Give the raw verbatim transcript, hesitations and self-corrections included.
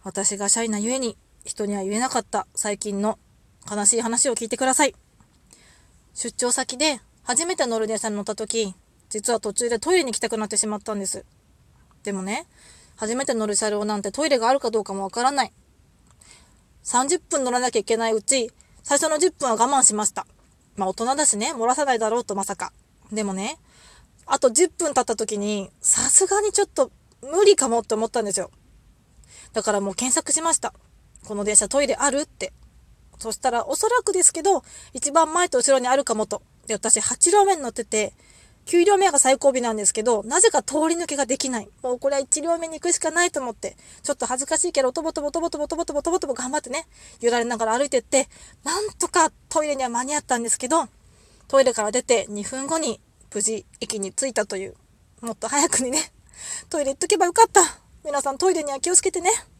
私がシャイなゆえに人には言えなかった最近の悲しい話を聞いてください。出張先で初めて乗る電車に乗った時、実は途中でトイレに行きたくなってしまったんです。でもね、初めて乗る車両なんてトイレがあるかどうかもわからない。さんじゅっぷん乗らなきゃいけないうち、最初のじゅっぷんは我慢しました。まあ大人だしね、漏らさないだろうとまさか。でもね、あとじゅっぷん経った時に、さすがにちょっと無理かもって思ったんですよ。だからもう検索しました。この電車トイレあるって。そしたらおそらくですけど、一番前と後ろにあるかもと。で、私はち両目に乗ってて、きゅう両目が最後尾なんですけど、なぜか通り抜けができない。もうこれはいち両目に行くしかないと思って、ちょっと恥ずかしいけど、とぼとぼとぼとぼとぼとぼとぼとぼ頑張ってね、揺られながら歩いてって、なんとかトイレには間に合ったんですけど、トイレから出てにふんごに無事駅に着いたという、もっと早くにね、トイレ行っとけばよかった。皆さんトイレには気をつけてね。